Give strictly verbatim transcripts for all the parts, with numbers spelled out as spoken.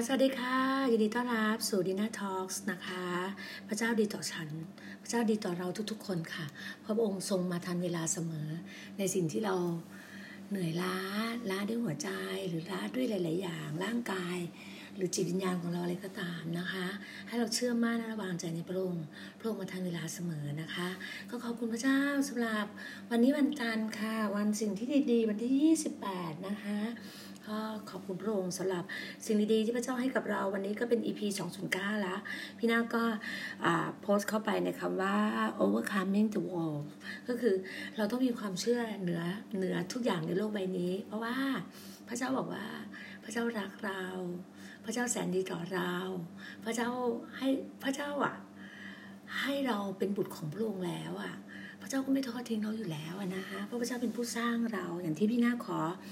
สวัสดีค่ะยินดีต้อนรับสู่ดีน่าทอล์กนะคะพระเจ้าดีต่อฉันพระเจ้าดีต่อเราทุกๆคนค่ะพระองค์ทรงมาทันเวลาเสมอในสิ่งที่เราเหนื่อยล้าล้าด้วยหัวใจหรือล้าด้วยหลายๆอย่างร่างกายหรือจิตวิญญาณของเราอะไรก็ตามนะคะให้เราเชื่อมั่นและวางใจในพระองค์พระองค์มาทันเวลาเสมอนะคะก็ขอบคุณพระเจ้าสำหรับวันนี้วันจันทร์ค่ะวันสิ่งที่ดีๆวันที่ยี่สิบแปดนะคะก็ขอบคุณพระองค์สำหรับสิ่งดีๆที่พระเจ้าให้กับเราวันนี้ก็เป็น อี พี สองร้อยเก้าแล้วพี่นาก็โพสต์เข้าไปในคำว่า overcoming the world ก็คือเราต้องมีความเชื่อเหนือเหนือทุกอย่างในโลกใบนี้เพราะว่าพระเจ้าบอกว่าพระเจ้ารักเราพระเจ้าแสนดีต่อเราพระเจ้าให้พระเจ้าอ่ะให้เราเป็นบุตรของพระองค์แล้วอ่ะพระเจ้าก็ไม่ทอดทิ้งเราอยู่แล้วนะคะเพราะพระเจ้าเป็นผู้สร้างเราอย่างที่พี่นาข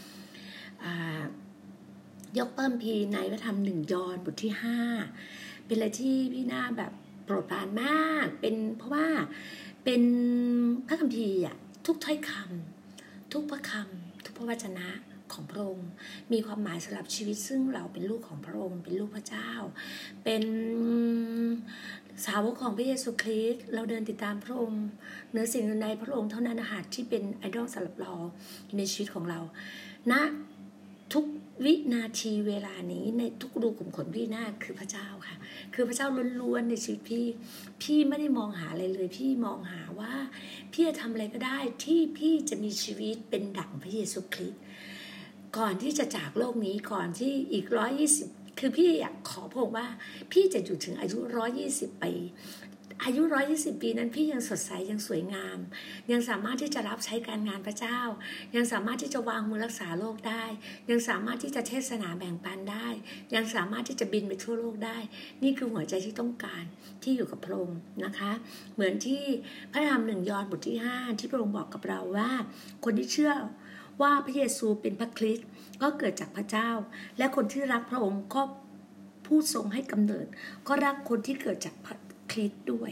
อยกเพิ่มพีในพระธรรมหนึ่งยอห์นบทที่ห้าเป็นอะไรที่พี่นาแบบโปรดปรานมากเป็นเพราะว่าเป็นพระคัมภีร์อ่ะทุกถ้อยคำทุกพระคำทุกพระวจนะของพระองค์มีความหมายสำหรับชีวิตซึ่งเราเป็นลูกของพระองค์เป็นลูกพระเจ้าเป็นสาวกของพระเยซูคริสต์เราเดินติดตามพระองค์เหนือสิ่งใดพระองค์เท่านั้นอาหารที่เป็นไอดอลสำหรับเราในชีวิตของเราณทุกวินาทีเวลานี้ในทุกรูขุมขนพี่นาคือพระเจ้าค่ะคือพระเจ้าล้วนๆในชีวิตพี่พี่ไม่ได้มองหาอะไรเลยพี่มองหาว่าพี่จะทำอะไรก็ได้ที่พี่จะมีชีวิตเป็นดั่งพระเยซูคริสต์ก่อนที่จะจากโลกนี้ก่อนที่อีกร้อยยี่สิบคือพี่อยากขอพระองค์ว่าพี่จะอยู่ถึงอายุร้อยยี่สิบปีอายุร้อยยี่สิบปีนั้นพี่ยังสดใสยังสวยงามยังสามารถที่จะรับใช้การงานพระเจ้ายังสามารถที่จะวางมือรักษาโรคได้ยังสามารถที่จะเทศนาแบ่งปันได้ยังสามารถที่จะบินไปทั่วโลกได้นี่คือหัวใจที่ต้องการที่อยู่กับพระองค์นะคะเหมือนที่พระธรรมหนึ่งยอห์นบทที่ห้าที่พระองค์บอกกับเราว่าคนที่เชื่อว่าพระเยซูเป็นพระคริสต์ก็เกิดจากพระเจ้าและคนที่รักพระองค์ก็ผู้ทรงให้กำเนิดก็รักคนที่เกิดจากพระคริสต์ด้วย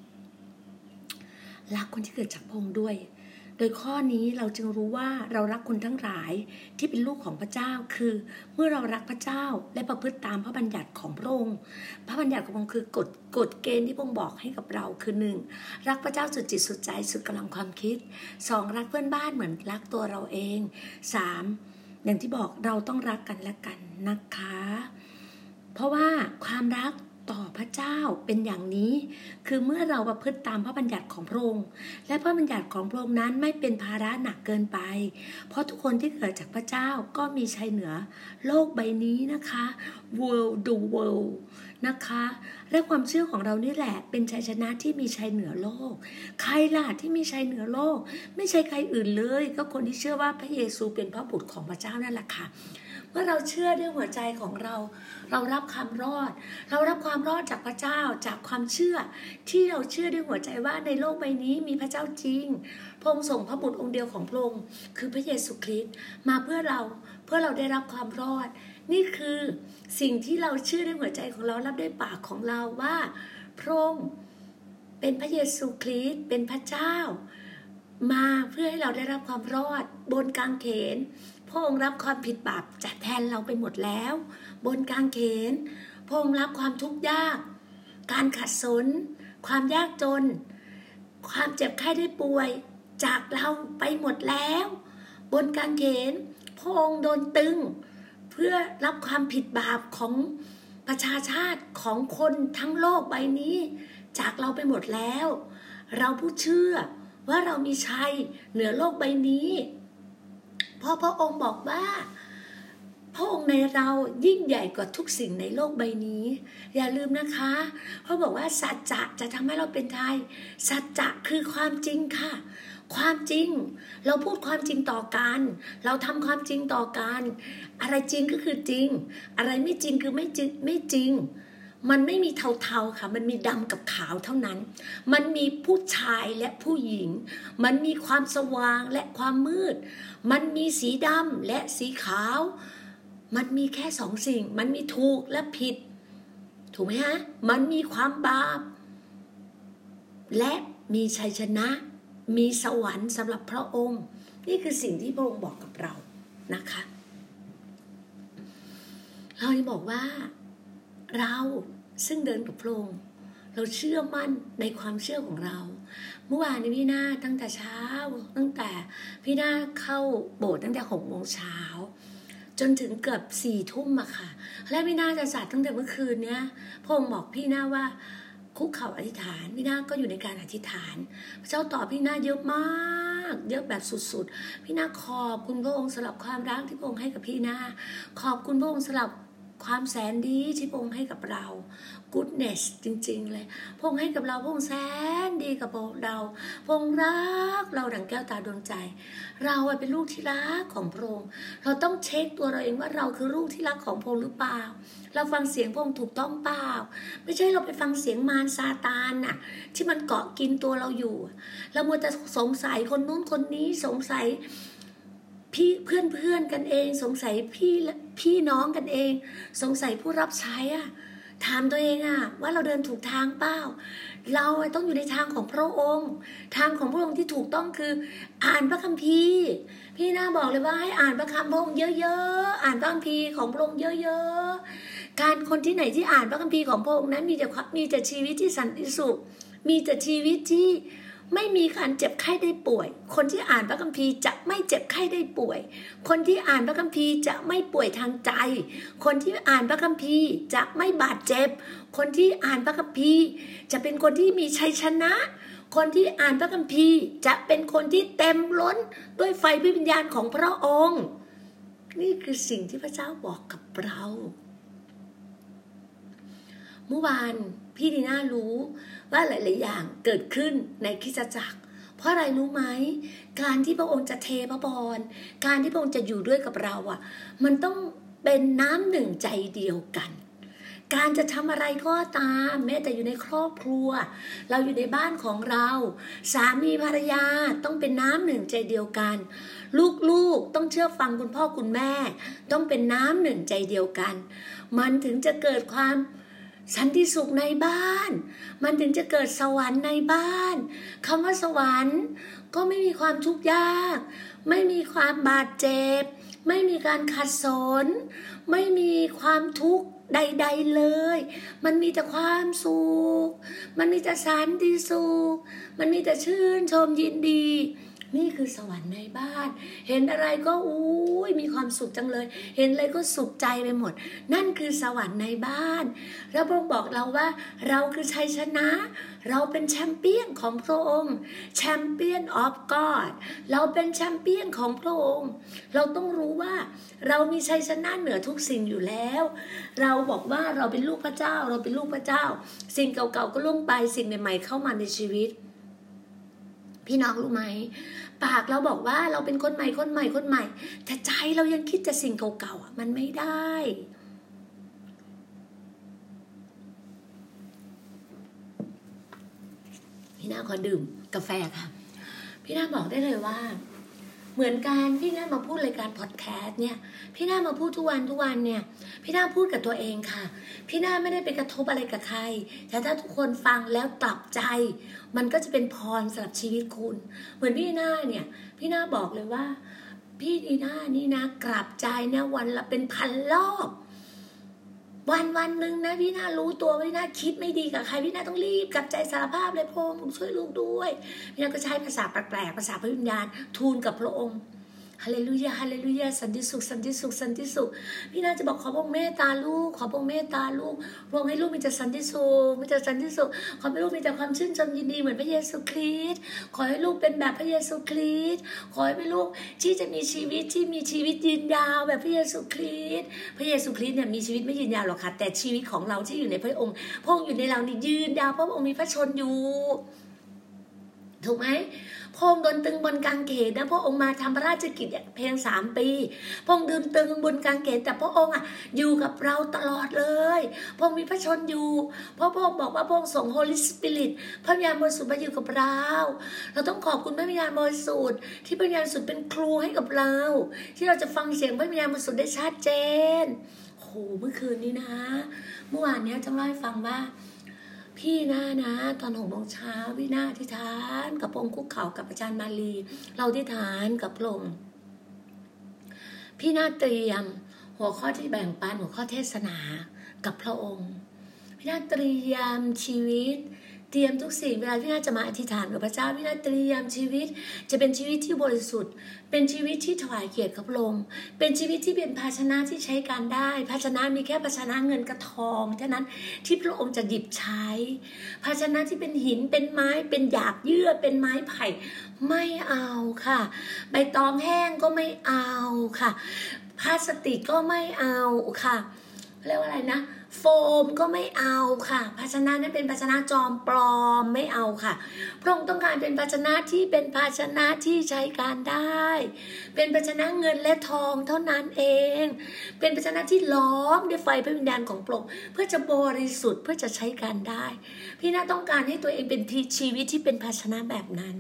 รักคนที่เกิดจากพระองค์ด้วยโดยข้อนี้เราจึงรู้ว่าเรารักคนทั้งหลายที่เป็นลูกของพระเจ้าคือเมื่อเรารักพระเจ้าและประพฤติตามพระบัญญัติของพระองค์พระบัญญัติของพระองค์คือกฎกฎเกณฑ์ที่พระองค์บอกให้กับเราคือหนึ่งรักพระเจ้าสุดจิตสุดใจสุดกำลังความคิดสองรักเพื่อนบ้านเหมือนรักตัวเราเองสามอย่างที่บอกเราต้องรักกันและกันนะคะเพราะว่าความรักต่อพระเจ้าเป็นอย่างนี้คือเมื่อเราประพฤติตามพระบัญญัติของพระองค์และพระบัญญัติของพระองค์นั้นไม่เป็นภาระหนักเกินไปเพราะทุกคนที่เกิดจากพระเจ้าก็มีชัยเหนือโลกใบนี้นะคะ world the world นะคะและความเชื่อของเรานี่แหละเป็นชัยชนะที่มีชัยเหนือโลกใครล่ะที่มีชัยเหนือโลกไม่ใช่ใครอื่นเลยก็คนที่เชื่อว่าพระเยซูเป็นพระบุตรของพระเจ้านั่นแหละค่ะเมื่อเราเชื่อด้วยหัวใจของเราเรารับความรอดเรารับความรอดจากพระเจ้าจากความเชื่อที่เราเชื่อด้วยหัวใจว่าในโลกใบนี้มีพระเจ้าจริงพระองค์ส่งพระบุตรองค์เดียวของพระองค์คือพระเยซูคริสต์มาเพื่อเราเพื่อเราได้รับความรอดนี่คือสิ่งที่เราเชื่อด้วยหัวใจของเรารับด้วยปากของเราว่าพระองค์เป็นพระเยซูคริสต์เป็นพระเจ้ามาเพื่อให้เราได้รับความรอดบนกางเขนพระองค์รับความผิดบาปจัดแทนเราไปหมดแล้วบนกางเขนพระองค์รับความทุกข์ยากการขัดสนความยากจนความเจ็บไข้ได้ป่วยจากเราไปหมดแล้วบนกางเขนพระองค์โดนตึงเพื่อรับความผิดบาปของประชาชาติของคนทั้งโลกใบนี้จากเราไปหมดแล้วเราผู้เชื่อว่าเรามีชัยเหนือโลกใบนี้เพราะพระองค์บอกว่าพระองค์ในเรายิ่งใหญ่กว่าทุกสิ่งในโลกใบนี้อย่าลืมนะคะเขาบอกว่าสัจจะจะทำให้เราเป็นไทยสัจจะคือความจริงค่ะความจริงเราพูดความจริงต่อกันเราทำความจริงต่อกันอะไรจริงก็คือจริงอะไรไม่จริงคือไม่จริงไม่จริงมันไม่มีเทาๆค่ะมันมีดำกับขาวเท่านั้นมันมีผู้ชายและผู้หญิงมันมีความสว่างและความมืดมันมีสีดำและสีขาวมันมีแค่สองสิ่งมันมีถูกและผิดถูกไหมฮะมันมีความบาปและมีชัยชนะมีสวรรค์สำหรับพระองค์นี่คือสิ่งที่พระองค์บอกกับเรานะคะเราจะบอกว่าเราซึ่งเดินกับพระองค์เราเชื่อมั่นในความเชื่อของเราเมื่อวานนี้พี่นาตั้งแต่เช้าตั้งแต่พี่นาเข้าโบสถ์ตั้งแต่หกโมงเช้าจนถึงเกือบสี่ทุ่มอะค่ะและพี่นาจะจัดตั้งแต่เมื่อคืนเนี้ยพระองค์บอกพี่นาว่าคุกเข่าอธิษฐานพี่นาก็อยู่ในการอธิษฐานพระเจ้าตอบพี่นาเยอะมากเยอะแบบสุดๆพี่นาขอบคุณพระองค์สำหรับความรักที่พระองค์ให้กับพี่นาขอบคุณพระองค์สำหรับความแสนดีที่พระองค์ให้กับเรา goodness จริงๆเลยพระองค์ให้กับเราพระองค์แสนดีกับเราพระองค์รักเราดั่งแก้วตาดวงใจเราเป็นลูกที่รักของพระองค์เราต้องเช็คตัวเราเองว่าเราคือลูกที่รักของพระองค์หรือเปล่าเราฟังเสียงพระองค์ถูกต้องเปล่าไม่ใช่เราไปฟังเสียงมารซาตานน่ะที่มันเกาะกินตัวเราอยู่เรามัวแต่สงสัยคนนู้นคนนี้สงสัยพี่เพื่อนเพื่อนกันเองสงสัยพี่พี่น้องกันเองสงสัยผู้รับใช้อ่ะถามตัวเองอ่ะว่าเราเดินถูกทางเปล่าเราต้องอยู่ในทางของพระองค์ทางของพระองค์ที่ถูกต้องคืออ่านพระคัมภีร์พี่น่าบอกเลยว่าให้อ่านพระคัมภีร์พระองค์เยอะๆอ่านพระคัมภีร์ของพระองค์เยอะๆการคนที่ไหนที่อ่านพระคัมภีร์ของพระองค์นั้นมีแต่มีแต่ชีวิตที่สันติสุขมีแต่ชีวิตที่ไม่มีการเจ็บไข้ได้ป่วยคนที่อ่านพระคัมภีร์จะไม่เจ็บไข้ได้ป่วยคนที่อ่านพระคัมภีร์จะไม่ป่วยทางใจคนที่อ่านพระคัมภีร์จะไม่บาดเจ็บคนที่อ่านพระคัมภีร์จะเป็นคนที่มีชัยชนะคนที่อ่านพระคัมภีร์จะเป็นคนที่เต็มล้นด้วยไฟวิญญาณของพระองค์นี่คือสิ่งที่พระเจ้าบอกกับเราเมื่อวานพี่ดีน่ารู้ว่าหลายๆอย่างเกิดขึ้นในคริสตจักรเพราะอะไรรู้ไหมการที่พระองค์จะเทพระพรการที่พระองค์จะอยู่ด้วยกับเราอ่ะมันต้องเป็นน้ำหนึ่งใจเดียวกันการจะทำอะไรก็ตามแม้แต่อยู่ในครอบครัวเราอยู่ในบ้านของเราสามีภรรยาต้องเป็นน้ำหนึ่งใจเดียวกันลูกๆต้องเชื่อฟังคุณพ่อคุณแม่ต้องเป็นน้ำหนึ่งใจเดียวกันมันถึงจะเกิดความสันติสุขในบ้านมันถึงจะเกิดสวรรค์ในบ้านคำว่าสวรรค์ก็ไม่มีความทุกข์ยากไม่มีความบาดเจ็บไม่มีการขัดสนไม่มีความทุกข์ใดๆเลยมันมีแต่ความสุขมันมีแต่สันติสุขมันมีแต่ชื่นชมยินดีนี่คือสวรรค์ในบ้านเห็นอะไรก็อุ้ยมีความสุขจังเลยเห็นอะไรก็สุขใจไปหมดนั่นคือสวรรค์ในบ้านแล้วพระองค์บอกเราว่าเราคือชัยชนะเราเป็นแชมเปี้ยนของพระองค์แชมเปี้ยนออฟกอดเราเป็นแชมเปี้ยนของพระองค์เราต้องรู้ว่าเรามีชัยชนะเหนือทุกสิ่งอยู่แล้วเราบอกว่าเราเป็นลูกพระเจ้าเราเป็นลูกพระเจ้าสิ่งเก่าๆก็ล่วงไปสิ่งใหม่ๆเข้ามาในชีวิตพี่น้องรู้ไหมปากเราบอกว่าเราเป็นคนใหม่คนใหม่คนใหม่แต่ใจเรายังคิดแต่สิ่งเก่าๆอ่ะมันไม่ได้พี่น้าขอดื่มกาแฟค่ะพี่น้าบอกได้เลยว่าเหมือนกันพี่น้ามาพูดรายการพอดแคสต์เนี่ยพี่น้ามาพูดทุกวันทุกวันเนี่ยพี่น้าพูดกับตัวเองค่ะพี่น้าไม่ได้ไปกระทบอะไรกับใครแต่ถ้าทุกคนฟังแล้วกลับใจมันก็จะเป็นพรสำหรับชีวิตคุณเหมือนพี่น้าเนี่ยพี่น้าบอกเลยว่าพี่ดีน่านี่นะกลับใจนะวันละเป็นพันรอบวันวันหนึ่งนะพี่น่ารู้ตัวพี่น่าคิดไม่ดีกับใครพี่น่าต้องรีบกลับใจสารภาพเลยพระองค์ช่วยลูกด้วยพี่น่าก็ใช้ภาษาแปลกๆภาษาพระวิญญาณทูลกับพระองค์ฮาเลลูยาฮาเลลูยาสันติสุขสันติสุขสันติสุขพี่น่าจะบอกขอพระองค์เมตตาลูกขอพระองค์เมตตาลูกพระองค์ให้ลูกมีแต่สันติสุขมีแต่สันติสุขขอให้ลูกมีแต่ความชื่นชมยินดีเหมือนพระเยซูคริสต์ขอให้ลูกเป็นแบบพระเยซูคริสต์ขอให้ลูกที่จะมีชีวิตที่มีชีวิตยืนยาวแบบพระเยซูคริสต์พระเยซูคริสต์เนี่ยมีชีวิตไม่ยืนยาวหรอกค่ะแต่ชีวิตของเราที่อยู่ในพระองค์พระองค์อยู่ในเรานี่ยืนยาวเพราะพระองค์มีพระชนอยู่ถูกไหมพระองค์โดนตึงบนกางเขนนะพระองค์มาทำพระราชกิจเพียงสามปีพระองค์เดินตึงบนกางเขนแต่พระองค์อ่ะอยู่กับเราตลอดเลยพระองค์มีพระชนอยู่เพราะพระองค์บอกว่าพระองค์ส่ง Holy Spirit พระวิญญาณบริสุทธิ์มาอยู่กับเราเราต้องขอบคุณพระวิญญาณบริสุทธิ์ที่พระวิญญาณบริสุทธิ์เป็นครูให้กับเราที่เราจะฟังเสียงพระวิญญาณบริสุทธิ์ได้ชัดเจนโหเมื่อคืนนี้นะเมื่อวานนี้จะเล่าให้ฟังว่าพี่น่านะตอนหกโมงเช้าพี่น่าที่ฐานกับองค์คุกเข่ากับอาจารย์มาลีเราที่ฐานกับพระองค์พี่น่าเตรียมหัวข้อที่แบ่งปันหัวข้อเทศนากับพระองค์พี่นาเตรียมชีวิตเตรียมทุกสิ่งเวลาพี่นาจะมาอธิษฐานกับพระเจ้าพี่นาเตรียมชีวิตจะเป็นชีวิตที่บริสุทธิ์เป็นชีวิตที่ถวายเกียรติกับพระองค์เป็นชีวิตที่เป็นภาชนะที่ใช้การได้ภาชนะมีแค่ภาชนะเงินกับทองเท่านั้นที่พระองค์จะหยิบใช้ภาชนะที่เป็นหินเป็นไม้เป็นหยาบเยื่อเป็นไม้ไผ่ไม่เอาค่ะใบตองแห้งก็ไม่เอาค่ะพลาสติกก็ไม่เอาค่ะเรียกว่าอะไรนะโฟมก็ไม่เอาค่ะภาชนะนั้นเป็นภาชนะจอมปลอมไม่เอาค่ะพระองค์ต้องการเป็นภาชนะที่เป็นภาชนะที่ใช้การได้เป็นภาชนะเงินและทองเท่านั้นเองเป็นภาชนะที่ล้อมด้วยไฟพระวิญญาณของพระองค์เพื่อจะบริสุทธิ์เพื่อจะใช้การได้พี่น่าต้องการให้ตัวเองเป็นชีวิตที่เป็นภาชนะแบบนั้น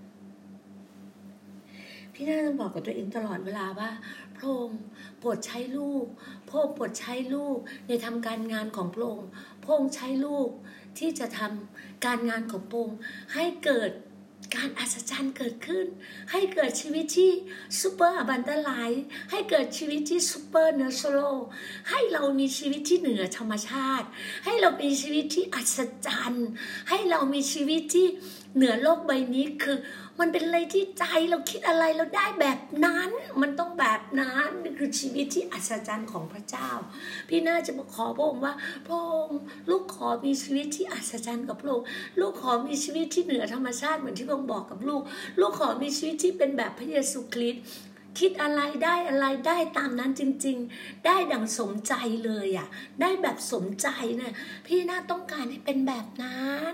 พี่น่าต้องบอกกับตัวเองตลอดเวลาว่าพระองค์โปรดใช้ลูกพระองค์โปรดใช้ลูกในทำการงานของพระองค์พระองค์ใช้ลูกที่จะทำการงานของพระองค์ให้เกิดการอัศจรรย์เกิดขึ้นให้เกิดชีวิตที่ซูเปอร์อบันดาไลท์ให้เกิดชีวิตที่ซูเปอร์เนเชอรัลให้เรามีชีวิตที่เหนือธรรมชาติให้เรามีชีวิตที่อัศจรรย์ให้เรามีชีวิตที่เหนือโลกใบนี้คือมันเป็นอะไรที่ใจเราคิดอะไรเราได้แบบนั้นมันต้องแบบนั้นนี่คือชีวิตที่อัศจรรย์ของพระเจ้าพี่น่าจะมาขอพระองค์ว่าพระองค์ลูกขอมีชีวิตที่อัศจรรย์กับพระองค์ลูกขอมีชีวิตที่เหนือธรรมชาติเหมือนที่พระองค์บอกกับลูกลูกขอมีชีวิตที่เป็นแบบพระเยซูคริสต์คิดอะไรได้อะไรได้ตามนั้นจริงๆได้ดังสมใจเลยอ่ะได้แบบสมใจเนี่ยพี่น่าต้องการให้เป็นแบบนั้น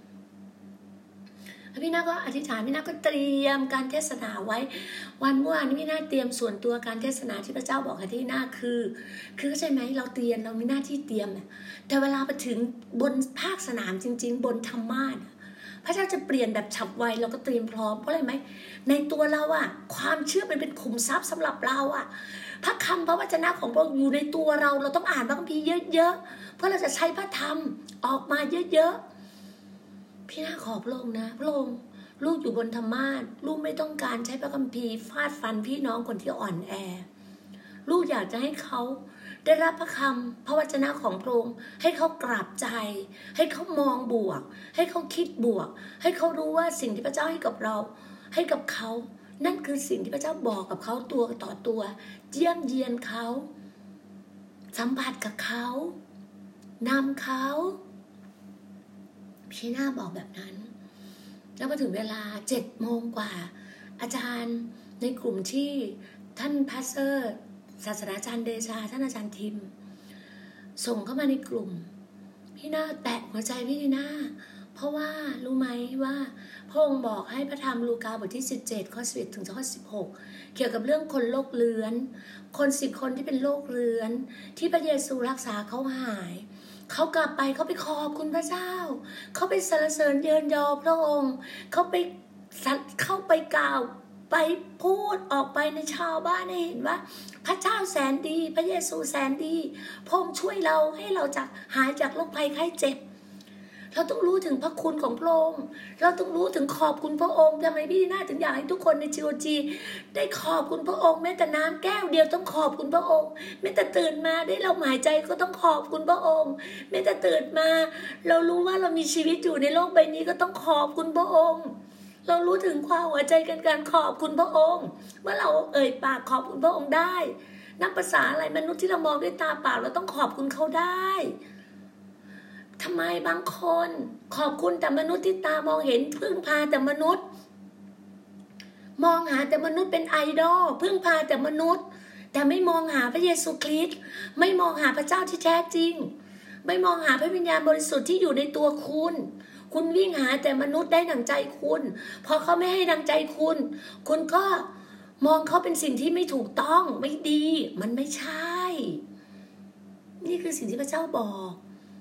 พี่นาก็อธิษฐานพี่นาก็เตรียมการเทศนาไว้วันเมื่อวานนี้พี่นาเตรียมส่วนตัวการเทศนาที่พระเจ้าบอกกับที่นาคือคือเข้าใจไหมเราเตรียมเรามีหน้าที่เตรียมแต่เวลาไปถึงบนภาคสนามจริงๆบนธรรมะพระเจ้าจะเปลี่ยนแบบฉับไวเราก็เตรียมพร้อมเพราะอะไรไหมในตัวเราอะความเชื่อมันเป็นขุมทรัพย์สำหรับเราอะพระคำพระวจนะของพระองค์อยู่ในตัวเราเราต้องอ่านพระคัมภีร์เยอะๆเพื่อเราจะใช้พระธรรมออกมาเยอะๆพี่น่าขอพระองค์นะพระองค์ลูกอยู่บนธรรมะลูกไม่ต้องการใช้พระคัมภีร์ฟาดฟันพี่น้องคนที่อ่อนแอลูกอยากจะให้เขาได้รับพระคำพระวจนะของพระองค์ให้เขากราบใจให้เขามองบวกให้เขาคิดบวกให้เขารู้ว่าสิ่งที่พระเจ้าให้กับเราให้กับเขานั่นคือสิ่งที่พระเจ้าบอกกับเขาตัวต่อตัวเยี่ยมเยียนเขาสัมผัสกับเขานำเขาพี่น่าบอกแบบนั้นแล้วพอถึงเวลาเจ็ดโมงกว่าอาจารย์ในกลุ่มที่ท่านพาสเตอร์ศาสตราจารย์เดชาท่านอาจารย์ทิมส่งเข้ามาในกลุ่มพี่น่าแตะหัวใจพี่น่าเพราะว่ารู้ไหมว่าพระองค์บอกให้พระธรรมลูกาบทที่สิบเจ็ดข้อสิบเอ็ดถึงข้อสิบหกเกี่ยวกับเรื่องคนโรคเรื้อนคนสิบคนที่เป็นโรคเรื้อนที่พระเยซูรักษาเขาหายเขากลับไปเขาไปขอบคุณพระเจ้าเขาไปสรรเสริญเยินยอพระองค์เขาไปเข้าไปกล่าวไปพูดออกไปในชาวบ้านให้เห็นว่าพระเจ้าแสนดีพระเยซูแสนดีพระองค์ช่วยเราให้เราจากหายจากโรคภัยไข้เจ็บเราต้องรู้ถึงพระคุณของพระองค์เราต้องรู้ถึงขอบคุณพระองค์ทำไมพี่น่าถึงอยากให้ทุกคนใน จี โอ จี ได้ขอบคุณพระองค์แม้แต่น้ำแก้วเดียวต้องขอบคุณพระองค์แม้แต่ตื่นมาได้เราหายใจก็ต้องขอบคุณพระองค์แม้แต่ตื่นมาเรารู้ว่าเรามีชีวิตอยู่ในโลกใบนี้ก็ต้องขอบคุณพระองค์เรารู้ถึงความหัวใจกันการขอบคุณพระองค์เมื่อเราเอ่ยปากขอบคุณพระองค์ได้นับภาษาอะไรมนุษย์ที่เรามองด้วยตาเปล่าเราต้องขอบคุณเขาได้ทำไมบางคนขอบคุณแต่มนุษย์ที่ตามองเห็นพึ่งพาแต่มนุษย์มองหาแต่มนุษย์เป็นไอดอลพึ่งพาแต่มนุษย์แต่ไม่มองหาพระเยซูคริสต์ไม่มองหาพระเจ้าที่แท้จริงไม่มองหาพระวิญญาณบริสุทธิ์ที่อยู่ในตัวคุณคุณวิ่งหาแต่มนุษย์ได้ดังใจคุณพอเขาไม่ให้ดังใจคุณคุณก็มองเขาเป็นสิ่งที่ไม่ถูกต้องไม่ดีมันไม่ใช่นี่คือสิ่งที่พระเจ้าบอก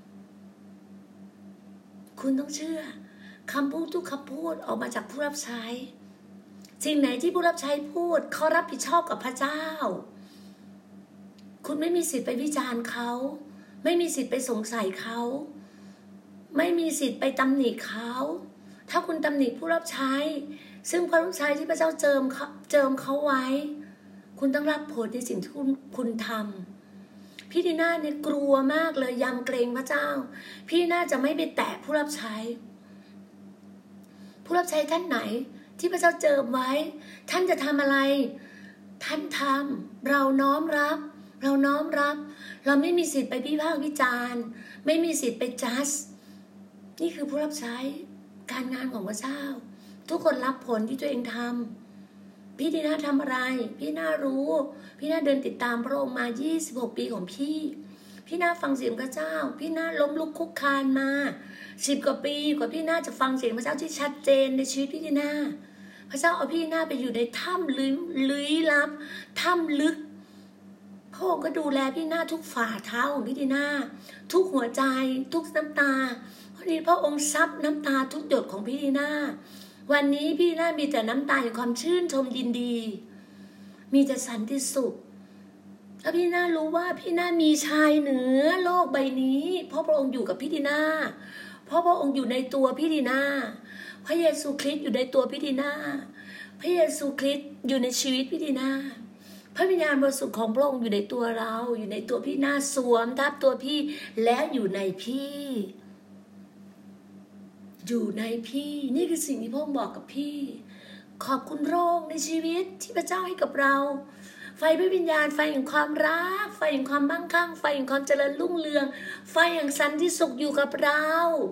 คุณต้องเชื่อคำพูดทุกคำพูดออกมาจากผู้รับใช้สิ่งไหนที่ผู้รับใช้พูดเขารับผิดชอบกับพระเจ้าคุณไม่มีสิทธิ์ไปวิจารณ์เขาไม่มีสิทธิ์ไปสงสัยเขาไม่มีสิทธิ์ไปตำหนิเขาถ้าคุณตำหนิผู้รับใช้ซึ่งผู้รับใช้ที่พระเจ้าเจิมเขาเจิมเขาไว้คุณต้องรับผลในสิ่งที่คุณคุณทำพี่ดีน่าเนี่ยกลัวมากเลยยำเกรงพระเจ้าพี่น่าจะไม่ไปแตะผู้รับใช้ผู้รับใช้ท่านไหนที่พระเจ้าเจิมไว้ท่านจะทำอะไรท่านทำเราน้อมรับเราน้อมรับเราไม่มีสิทธิ์ไปวิพากษ์วิจารณ์ไม่มีสิทธิ์ไปจัดนี่คือผู้รับใช้การงานของพระเจ้าทุกคนรับผลที่ตัวเองทำพี่ดีน่าทำอะไรพี่น่ารู้พี่น่าเดินติดตามพระองค์มายี่สิบหกปีของพี่พี่น่าฟังเสียงพระเจ้าพี่น่าล้มลุกคุกคานมาสิบกว่าปีกว่าพี่น่าจะฟังเสียงพระเจ้าที่ชัดเจนในชีวิตพี่ดีน่าพระเจ้าเอาพี่น่าไปอยู่ในถ้ำลึกลึกลับถ้ำลึกพระองค์ก็ดูแลพี่น่าทุกฝ่าเท้าของพี่ดีน่าทุกหัวใจทุกน้ำตาเพราะนี้พระองค์ซับน้ำตาทุกหยดของพี่ดีน่าวันนี้พี่ดีน่ามีแต่น้ำตาแห่งความชื่นชมยินดีมีแต่สันติสุขแล้วพี่ดีน่ารู้ว่าพี่ดีน่ามีชายเหนือโลกใบนี้เพราะพระองค์อยู่กับพี่ดีน่าเพราะพระองค์อยู่ในตัวพี่ดีน่าพระเยซูคริสต์อยู่ในตัวพี่ดีน่าพระเยซูคริสต์อยู่ในชีวิตพี่ดีน่าพระวิญญาณบริสุทธิ์ของพระองค์อยู่ในตัวเราอยู่ในตัวพี่ดีน่าสวมทับตัวพี่และอยู่ในพี่อยู่ในพี่นี่คือสิ่งที่พระองค์บอกกับพี่ขอบคุณพระองค์ในชีวิตที่พระเจ้าให้กับเราไฟพระวิญญาณไฟแห่งความรักไฟแห่งความมั่งคั่งไฟแห่งความเจริญรุ่งเรืองไฟแห่งสันติสุขอยู่กับเรา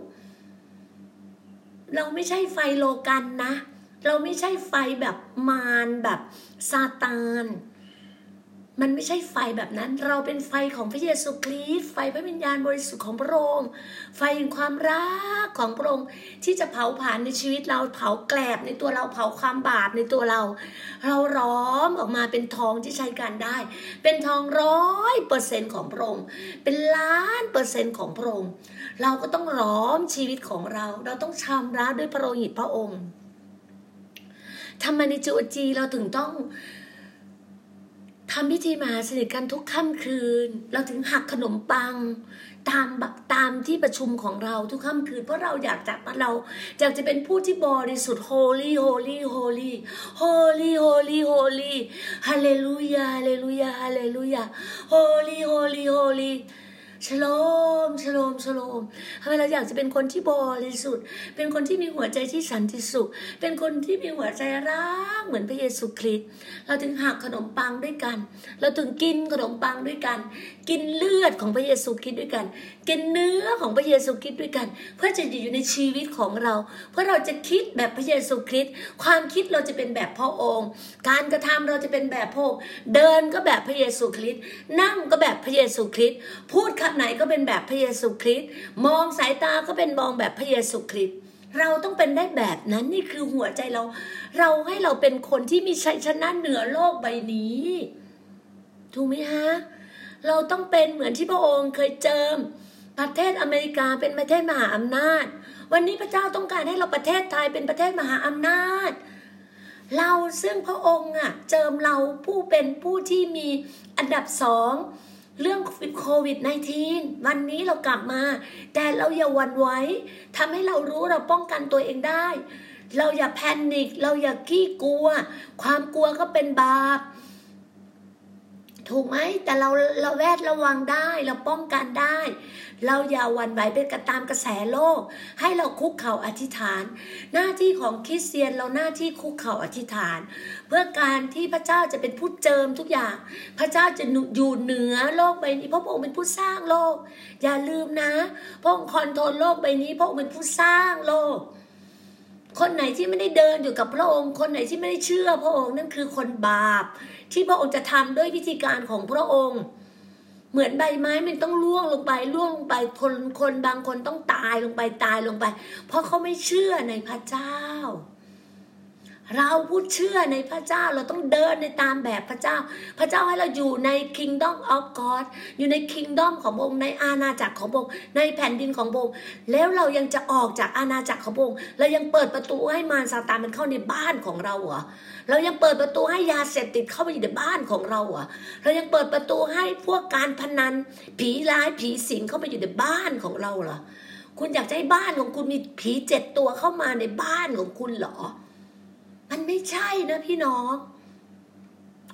เราไม่ใช่ไฟโลกันนะเราไม่ใช่ไฟแบบมารแบบซาตานมันไม่ใช่ไฟแบบนั้นเราเป็นไฟของพระเยซูคริสต์ไฟพระวิญญาณบริสุทธิ์ของพระองค์ไฟแห่งความรักของพระองค์ที่จะเผาผลาญในชีวิตเราเผาแกลบในตัวเราเผาความบาปในตัวเราเราร้อมออกมาเป็นทองที่ใช้การได้เป็นทองร้อยเปอร์เซ็นต์ของพระองค์เป็นล้านเปอร์เซ็นต์ของพระองค์เราก็ต้องร้อมชีวิตของเราเราต้องชำระด้วยพระโลหิตพระองค์ทำไมในจูจีเราถึงต้องทำพิธีมหาสนิทกันทุกค่ำคืนเราถึงหักขนมปังตามตามที่ประชุมของเราทุกค่ำคืนเพราะเราอยากจะเราอยากจะเป็นผู้ที่บริสุทธิ์ holy holy holy holy holy holy ฮาเลลูยาฮาเลลูยาฮาเลลูยา holy holy holyชโลมชโลมชโลมทำไมเราอยากจะเป็นคนที่บริสุทธิ์เป็นคนที่มีหัวใจที่สันติสุขเป็นคนที่มีหัวใจรักเหมือนพระเยซูคริสต์เราถึงหักขนมปังด้วยกันเราถึงกินขนมปังด้วยกันกินเลือดของพระเยซูคริสต์ด้วยกันกินเนื้อของพระเยซูคริสต์ด้วยกันเพื่อจะอยู่ในชีวิตของเราเพื่อเราจะคิดแบบพระเยซูคริสต์ความคิดเราจะเป็นแบบพระองค์การกระทำเราจะเป็นแบบพระองค์เดินก็แบบพระเยซูคริสต์นั่งก็แบบพระเยซูคริสต์พูดไหนก็เป็นแบบพระเยซูคริสต์มองสายตาก็เป็นมองแบบพระเยซูคริสต์เราต้องเป็นได้แบบนั้นนี่คือหัวใจเราเราให้เราเป็นคนที่มีชัยชนะเหนือโลกใบนี้ถูกไหมฮะเราต้องเป็นเหมือนที่พระองค์เคยเจิมประเทศอเมริกาเป็นประเทศมหาอำนาจวันนี้พระเจ้าต้องการให้เราประเทศไทยเป็นประเทศมหาอำนาจเราซึ่งพระองค์อ่ะเจิมเราผู้เป็นผู้ที่มีอันดับสองเรื่องโควิด สิบเก้า วันนี้เรากลับมาแต่เราอย่าหวั่นไหวทำให้เรารู้เราป้องกันตัวเองได้เราอย่าแพนิคเราอย่าขี้กลัวความกลัวก็เป็นบาปถูกไหมแต่เราเราแวดระวังได้เราป้องกันได้เราอย่าหวั่นไหวไปกับตามกระแสโลกให้เราคุกเข่าอธิษฐานหน้าที่ของคริสเตียนเราหน้าที่คุกเข่าอธิษฐานเพื่อการที่พระเจ้าจะเป็นผู้เจิมทุกอย่างพระเจ้าจะอยู่เหนือโลกใบนี้เพราะพระองค์เป็นผู้สร้างโลกอย่าลืมนะพระองค์คอนโทรลโลกใบนี้พระองค์เป็นผู้สร้างโลกคนไหนที่ไม่ได้เดินอยู่กับพระองค์คนไหนที่ไม่ได้เชื่อพระองค์นั่นคือคนบาปที่พระองค์จะทำด้วยวิธีการของพระองค์เหมือนใบไม้มันต้องร่วงลงไปร่วงลงไปคนคนบางคนต้องตายลงไปตายลงไปเพราะเขาไม่เชื่อในพระเจ้าเราผู้เชื่อในพระเจ้าเราต้องเดินในตามแบบพระเจ้าพระเจ้าให้เราอยู่ใน Kingdom of God อยู่ใน Kingdom ของพระองค์ในอาณาจักรของพระองค์ในแผ่นดินของพระองค์แล้วเรายังจะออกจากอาณาจักรของพระองค์เรายังเปิดประตูให้มารซาตานมันเข้าในบ้านของเราเหรอเรายังเปิดประตูให้ยาเสพติดเข้าไปอยู่ในบ้านของเราเหรอเรายังเปิดประตูให้พวกการพนันผีร้ายผีสิงเข้าไปอยู่ในบ้านของเราเหรอคุณอยากให้บ้านของคุณมีผีเจ็ดตัวเข้ามาในบ้านของคุณเหรอมันไม่ใช่นะพี่น้อง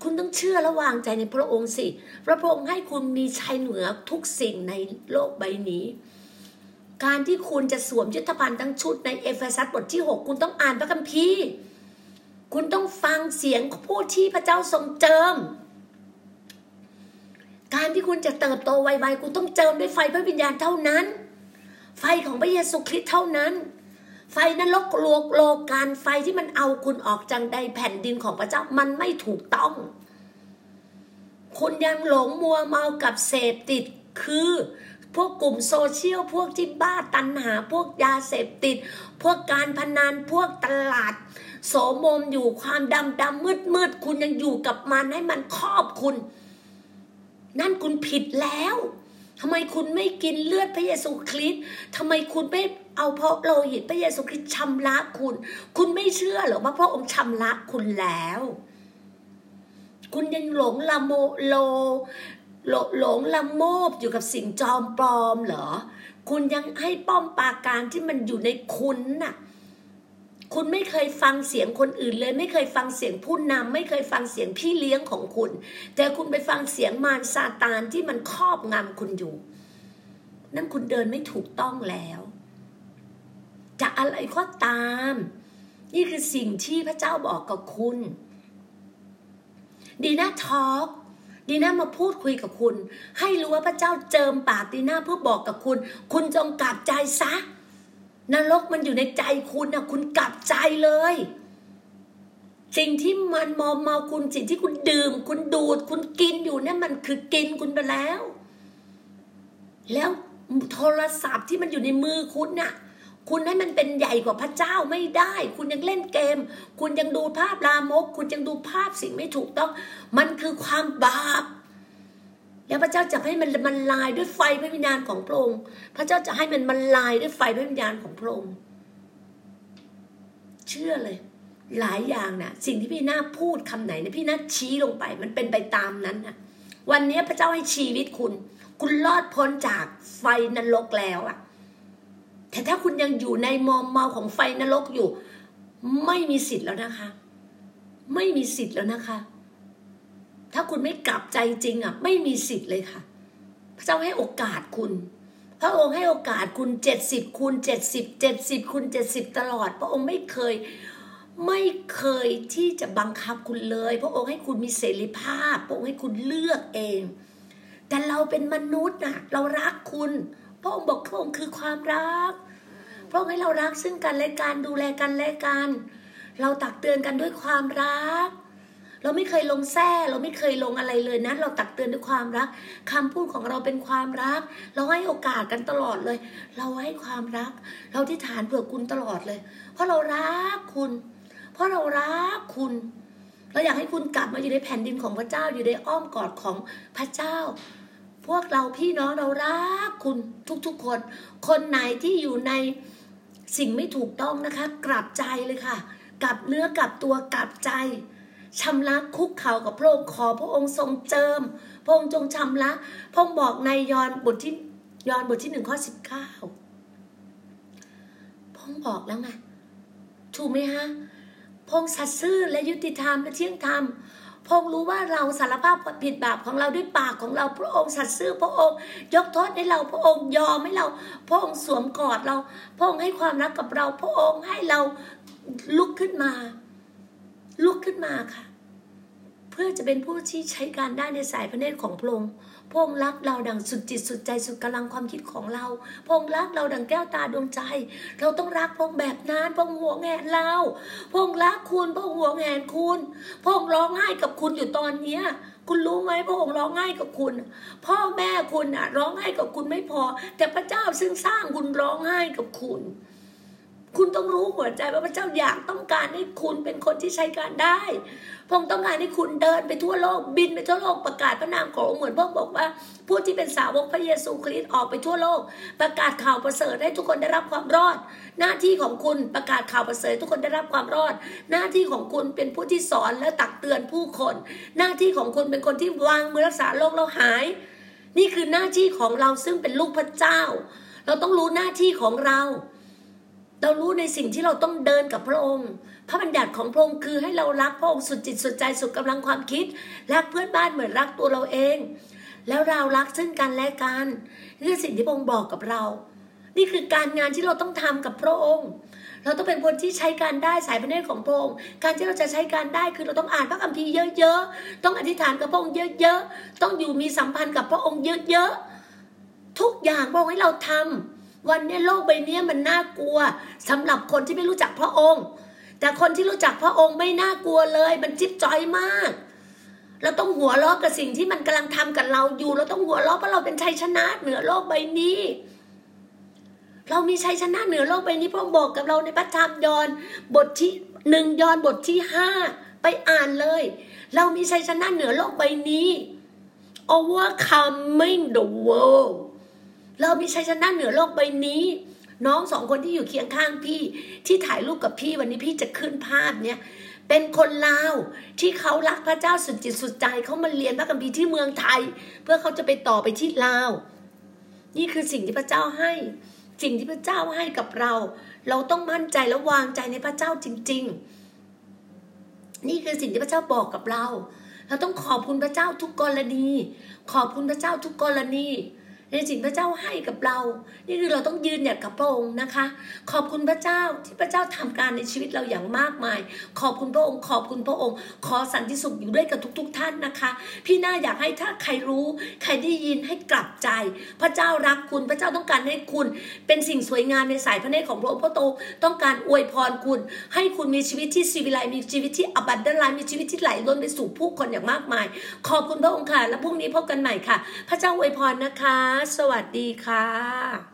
คุณต้องเชื่อและวางใจในพระองค์สิพระองค์ให้คุณมีชัยเหนือทุกสิ่งในโลกใบนี้การที่คุณจะสวมยุทธภัณฑ์ทั้งชุดในเอเฟซัสบทที่หกคุณต้องอ่านพระคัมภีร์คุณต้องฟังเสียงผู้ที่พระเจ้าทรงเจิมการที่คุณจะเติบโตไวๆคุณต้องเจิมด้วยไฟพระวิญญาณเท่านั้นไฟของพระเยซูคริสต์เท่านั้นไฟนรกโลกโลการไฟที่มันเอาคุณออกจากใดแผ่นดินของพระเจ้ามันไม่ถูกต้องคุณยังหลงมัวเมากับเสพติดคือพวกกลุ่มโซเชียลพวกที่บ้าตัณหาพวกยาเสพติดพวกการพนันพวกตลาดโสมมอยู่ความดำดำมืดมืดคุณยังอยู่กับมันให้มันครอบคุณนั่นคุณผิดแล้วทำไมคุณไม่กินเลือดพระเยซูคริสต์ทำไมคุณไม่เอาพระโลหิตพระเยซูคริสต์ชำระคุณคุณไม่เชื่อหรอว่าพระองค์ชำระคุณแล้วคุณยังหลงละโมโลหลงหลงละโมบอยู่กับสิ่งจอมปลอมเหรอคุณยังให้ป้อมปราการที่มันอยู่ในคุณน่ะคุณไม่เคยฟังเสียงคนอื่นเลยไม่เคยฟังเสียงผู้นำไม่เคยฟังเสียงพี่เลี้ยงของคุณแต่คุณไปฟังเสียงมารซาตานที่มันครอบงำคุณอยู่นั่นคุณเดินไม่ถูกต้องแล้วจะอะไรก็ตามนี่คือสิ่งที่พระเจ้าบอกกับคุณดีน่าทอล์กดีน่ามาพูดคุยกับคุณให้รู้ว่าพระเจ้าเจิมปากดีน่าเพื่อบอกกับคุณคุณจงกลับใจซะนรกมันอยู่ในใจคุณนะคุณกลับใจเลยสิ่งที่มันมอมเมาคุณสิ่งที่คุณดื่มคุณดูดคุณกินอยู่เนี่ยมันคือกินคุณไปแล้วแล้วโทรศัพท์ที่มันอยู่ในมือคุณน่ะคุณให้มันเป็นใหญ่กว่าพระเจ้าไม่ได้คุณยังเล่นเกมคุณยังดูภาพลามกคุณยังดูภาพสิ่งไม่ถูกต้องมันคือความบาปแล้วพระเจ้าจะให้มันมันลายด้วยไฟพระวิญญาณของพระองค์พระเจ้าจะให้มันมันลายด้วยไฟพระวิญญาณของพระองค์เชื่อเลยหลายอย่างน่ะสิ่งที่พี่น่าพูดคำไหนเนี่ยพี่น่าชี้ลงไปมันเป็นไปตามนั้นน่ะวันนี้พระเจ้าให้ชีวิตคุณคุณรอดพ้นจากไฟนรกแล้วอ่ะแต่ถ้าคุณยังอยู่ในมอมเมาของไฟนรกอยู่ไม่มีสิทธิ์แล้วนะคะไม่มีสิทธิ์แล้วนะคะถ้าคุณไม่กลับใจจริงอ่ะไม่มีสิทธิ์เลยค่ะพระเจ้าให้โอกาสคุณพระองค์ให้โอกาสคุณเจ็ดสิบคูณเจ็ดสิบเจ็ดสิบคูณเจ็ดสิบตลอดพระองค์ไม่เคยไม่เคยที่จะบังคับคุณเลยพระองค์ให้คุณมีเสรีภาพพระองค์ให้คุณเลือกเองแต่เราเป็นมนุษย์น่ะเรารักคุณพระองค์บอกพระองค์คือความรักพระองค์ให้เรารักซึ่งกันและกันดูแลกันและกันเราตักเตือนกันด้วยความรักเราไม่เคยลงแท้เราไม่เคยลงอะไรเลยนะเราตักเตือนด้วยความรักคำพูดของเราเป็นความรักเราให้โอกาสกันตลอดเลยเราให้ความรักเราที่ฐานเผื่อคุณตลอดเลยเพราะเรารักคุณเพราะเรารักคุณเราอยากให้คุณกลับมาอยู่ในแผ่นดินของพระเจ้าอยู่ในอ้อมกอดของพระเจ้าพวกเราพี่น้องเรารักคุณทุกๆคนคนไหนที่อยู่ในสิ่งไม่ถูกต้องนะคะกลับใจเลยค่ะกลับเนื้อกลับตัวกลับใจชำระคุกเข่ากับพระองค์ขอพระองค์ทรงเจิมพระองค์จงชำระพระองค์บอกในยอห์นบทที่ยอห์นบทที่หนึ่งข้อสิบเก้าพระองค์บอกแล้วไงถูกไหมฮะพระองค์สัตย์ซื่อและยุติธรรมและเที่ยงธรรมพระองค์รู้ว่าเราสารภาพผิดบาปของเราด้วยปากของเราพระองค์สัตย์ซื่อพระองค์ยกโทษให้เราพระองค์ยอมให้เราพระองค์สวมกอดเราพระองค์ให้ความรักกับเราพระองค์ให้เราลุกขึ้นมาลุกขึ้นมาค่ะเพื่อจะเป็นผู้ที่ใช้การได้ในสายพระเนตรของพระองค์พระองค์รักเราดังสุดจิตสุดใจสุดกำลังความคิดของเราพระองค์รักเราดังแก้วตาดวงใจเราต้องรักพระองค์แบบนั้นพระองค์ห่วงแหนเราพระองค์รักคุณพระองค์ห่วงแหนคุณพระองค์ร้องไห้กับคุณอยู่ตอนนี้คุณรู้ไหมพระองค์ร้องไห้กับคุณพ่อแม่คุณอ่ะร้องไห้กับคุณไม่พอแต่พระเจ้าซึ่งสร้างคุณร้องไห้กับคุณคุณต้องรู้หัวใจว่าพระเจ้าอยากต้องการให้คุณเป็นคนที่ใช้การได้พระองค์ต้องการให้คุณเดินไปทั่วโลกบินไปทั่วโลกประกาศพระนามขององค์เหมือนพระองค์บอกว่าผู้ที่เป็นสาวกพระเยซูคริสต์ออกไปทั่วโลกประกาศข่าวประเสริฐให้ทุกคนได้รับความรอดหน้าที่ของคุณประกาศข่าวประเสริฐทุกคนได้รับความรอดหน้าที่ของคุณเป็นผู้ที่สอนและตักเตือนผู้คนหน้าที่ของคุณเป็นคนที่วางมือรักษาโรคแล้วหายนี่คือหน้าที่ของเราซึ่งเป็นลูกพระเจ้าเราต้องรู้หน้าที่ของเราเรารู้ในสิ่งที่เราต้องเดินกับพระองค์พระบัญญัติของพระองค์คือให้เรารักพระองค์สุดจิตสุดใจสุดกำลังความคิดรักเพื่อนบ้านเหมือนรักตัวเราเองแล้วเรารักซึ่งกันและกันนี่คือสิ่งที่พระองค์บอกกับเรานี่คือการงานที่เราต้องทำกับพระองค์เราต้องเป็นคนที่ใช้การได้สายพระเนตรของพระองค์การที่เราจะใช้การได้คือเราต้องอ่านพระคัมภีร์เยอะๆต้องอธิษฐานกับพระองค์เยอะๆต้องอยู่มีสัมพันธ์กับพระองค์เยอะๆทุกอย่างพระองค์ให้เราทำวันนี้โลกใบนี้มันน่ากลัวสำหรับคนที่ไม่รู้จักพระองค์แต่คนที่รู้จักพระองค์ไม่น่ากลัวเลยมันจิ๊บจ้อยมากเราต้องหัวเราะกับสิ่งที่มันกำลังทำกับเราอยู่เราต้องหัวเราะเพราะเราเป็นชัยชนะเหนือโลกใบนี้เรามีชัยชนะเหนือโลกใบนี้พระองค์บอกกับเราในพระธรรมยอห์นบทที่หนึ่งยอห์นบทที่ห้าไปอ่านเลยเรามีชัยชนะเหนือโลกใบนี้ overcoming the world เรามีชัยชนะเหนือโลกใบนี้น้องสองคนที่อยู่เคียงข้างพี่ที่ถ่ายรูปกับพี่วันนี้พี่จะขึ้นภาพเนี้ยเป็นคนลาวที่เขารักพระเจ้าสุดจิตสุดใจเขามาเรียนพระคัมภีร์ที่เมืองไทยเพื่อเขาจะไปต่อไปที่ลาวนี่คือสิ่งที่พระเจ้าให้สิ่งที่พระเจ้าให้กับเราเราต้องมั่นใจและวางใจในพระเจ้าจริงๆนี่คือสิ่งที่พระเจ้าบอกกับเราเราต้องขอบคุณพระเจ้าทุกกรณีขอบคุณพระเจ้าทุกกรณีในสิ่งพระเจ้าให้กับเรานี่คือเราต้องยืนหยัดกับพระองค์นะคะขอบคุณพระเจ้าที่พระเจ้าทำการในชีวิตเราอย่างมากมายขอบคุณพระองค์ขอบคุณพระองค์ขอสันติสุขอยู่ด้วยกับทุกๆท่านนะคะพี่น่าอยากให้ถ้าใครรู้ใครได้ยินให้กลับใจพระเจ้ารักคุณพระเจ้าต้องการให้คุณเป็นสิ่งสวยงามในสายพระเนตรของพระองค์พระโตต้องการอวยพรคุณให้คุณมีชีวิตที่ชีวิไลมีชีวิตที่อบันดาลมีชีวิตที่ไหลล้นไปสู่ผู้คนอย่างมากมายขอบคุณพระองค์ค่ะและพรุ่งนี้พบกันใหม่ค่ะพระเจ้าอวยพรนะคะสวัสดีค่ะ